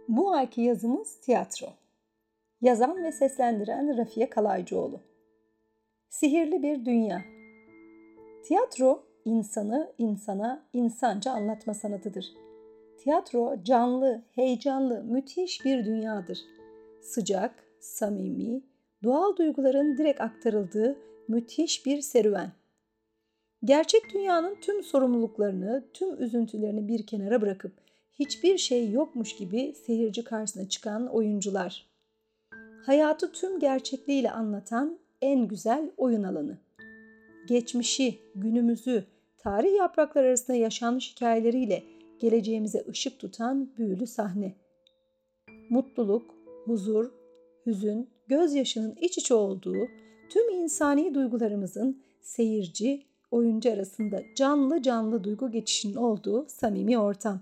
Bu ayki yazımız tiyatro. Yazan ve seslendiren Rafiye Kalaycıoğlu. Sihirli bir dünya. Tiyatro, insanı insana insanca anlatma sanatıdır. Tiyatro canlı, heyecanlı, müthiş bir dünyadır. Sıcak, samimi, doğal duyguların direkt aktarıldığı müthiş bir serüven. Gerçek dünyanın tüm sorumluluklarını, tüm üzüntülerini bir kenara bırakıp hiçbir şey yokmuş gibi seyirci karşısına çıkan oyuncular. Hayatı tüm gerçekliğiyle anlatan en güzel oyun alanı. Geçmişi, günümüzü, tarih yaprakları arasında yaşanmış hikayeleriyle geleceğimize ışık tutan büyülü sahne. Mutluluk, huzur, hüzün, gözyaşının iç içe olduğu, tüm insani duygularımızın seyirci, oyuncu arasında canlı canlı duygu geçişinin olduğu samimi ortam.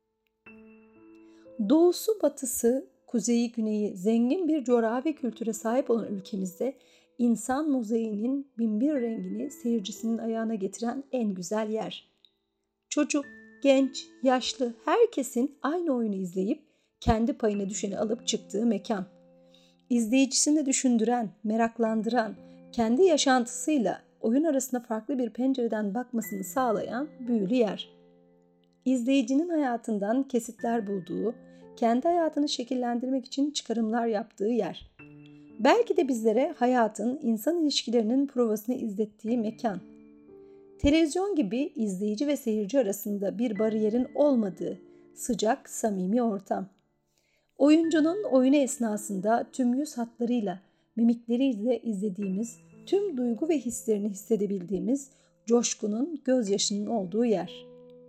Doğusu, batısı, kuzeyi, güneyi zengin bir coğrafi kültüre sahip olan ülkemizde insan mozaiğinin binbir rengini seyircisinin ayağına getiren en güzel yer. Çocuk, genç, yaşlı herkesin aynı oyunu izleyip kendi payına düşeni alıp çıktığı mekan. İzleyicisini düşündüren, meraklandıran, kendi yaşantısıyla oyun arasında farklı bir pencereden bakmasını sağlayan büyülü yer. İzleyicinin hayatından kesitler bulduğu, kendi hayatını şekillendirmek için çıkarımlar yaptığı yer. Belki de bizlere hayatın, insan ilişkilerinin provasını izlettiği mekan. Televizyon gibi izleyici ve seyirci arasında bir bariyerin olmadığı sıcak, samimi ortam. Oyuncunun oyunu esnasında tüm yüz hatlarıyla, mimikleriyle izlediğimiz, tüm duygu ve hislerini hissedebildiğimiz coşkunun, gözyaşının olduğu yer.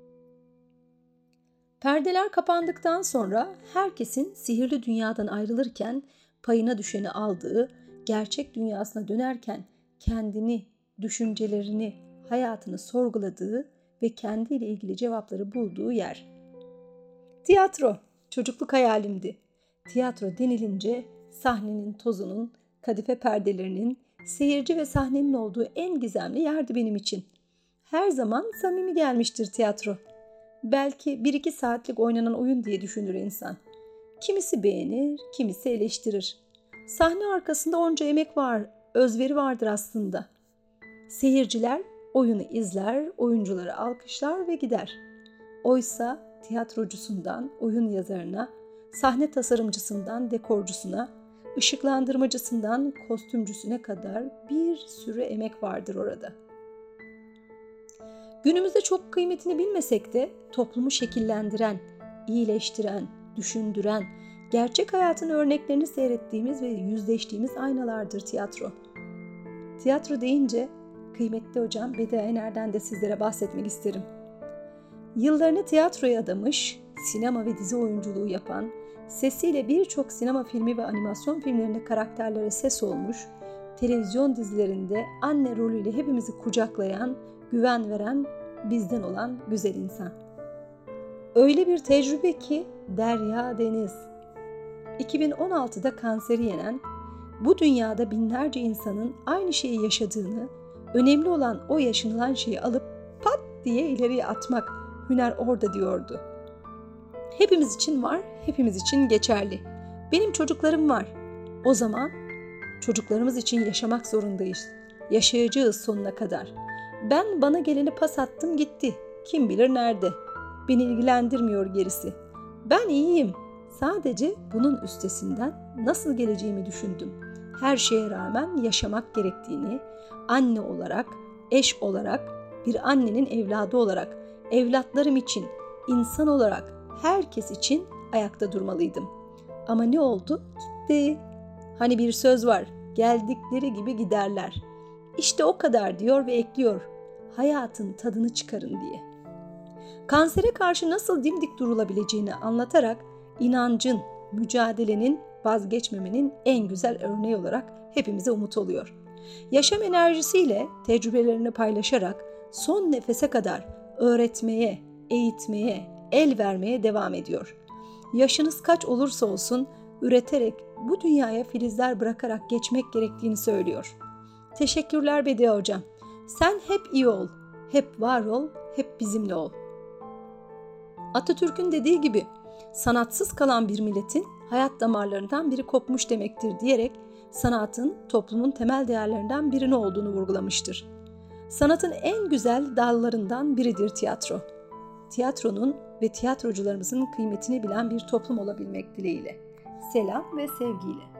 Perdeler kapandıktan sonra herkesin sihirli dünyadan ayrılırken payına düşeni aldığı, gerçek dünyasına dönerken kendini, düşüncelerini, hayatını sorguladığı ve kendiyle ilgili cevapları bulduğu yer. Tiyatro, çocukluk hayalimdi. Tiyatro denilince sahnenin tozunun, kadife perdelerinin, seyirci ve sahnenin olduğu en gizemli yerdi benim için. Her zaman samimi gelmiştir tiyatro. Belki 1-2 saatlik oynanan oyun diye düşünür insan. Kimisi beğenir, kimisi eleştirir. Sahne arkasında onca emek var, özveri vardır aslında. Seyirciler oyunu izler, oyuncuları alkışlar ve gider. Oysa tiyatrocusundan oyun yazarına, sahne tasarımcısından dekorcusuna, ışıklandırmacısından kostümcüsüne kadar bir sürü emek vardır orada. Günümüzde çok kıymetini bilmesek de toplumu şekillendiren, iyileştiren, düşündüren, gerçek hayatın örneklerini seyrettiğimiz ve yüzleştiğimiz aynalardır tiyatro. Tiyatro deyince kıymetli hocam Bediye Ener'den de sizlere bahsetmek isterim. Yıllarını tiyatroya adamış, sinema ve dizi oyunculuğu yapan, sesiyle birçok sinema filmi ve animasyon filmlerinde karakterlere ses olmuş, televizyon dizilerinde anne rolüyle hepimizi kucaklayan, güven veren, bizden olan güzel insan. Öyle bir tecrübe ki derya deniz. 2016'da kanseri yenen, bu dünyada binlerce insanın aynı şeyi yaşadığını, önemli olan o yaşanılan şeyi alıp pat diye ileriye atmak, hüner orada diyordu. Hepimiz için var, hepimiz için geçerli. Benim çocuklarım var. O zaman çocuklarımız için yaşamak zorundayız. Yaşayacağız sonuna kadar. Ben bana geleni pas attım gitti. Kim bilir nerede. Beni ilgilendirmiyor gerisi. Ben iyiyim. Sadece bunun üstesinden nasıl geleceğimi düşündüm. Her şeye rağmen yaşamak gerektiğini, anne olarak, eş olarak, bir annenin evladı olarak, evlatlarım için, insan olarak, herkes için ayakta durmalıydım. Ama ne oldu? Gitti. Hani bir söz var, geldikleri gibi giderler. İşte o kadar diyor ve ekliyor. Hayatın tadını çıkarın diye. Kansere karşı nasıl dimdik durulabileceğini anlatarak inancın, mücadelenin, vazgeçmemenin en güzel örneği olarak hepimize umut oluyor. Yaşam enerjisiyle tecrübelerini paylaşarak son nefese kadar öğretmeye, eğitmeye, el vermeye devam ediyor. Yaşınız kaç olursa olsun üreterek bu dünyaya filizler bırakarak geçmek gerektiğini söylüyor. Teşekkürler Bediye Hocam. Sen hep iyi ol, hep var ol, hep bizimle ol. Atatürk'ün dediği gibi sanatsız kalan bir milletin hayat damarlarından biri kopmuş demektir diyerek sanatın toplumun temel değerlerinden birini olduğunu vurgulamıştır. Sanatın en güzel dallarından biridir tiyatro. Tiyatronun ve tiyatrocularımızın kıymetini bilen bir toplum olabilmek dileğiyle. Selam ve sevgiyle.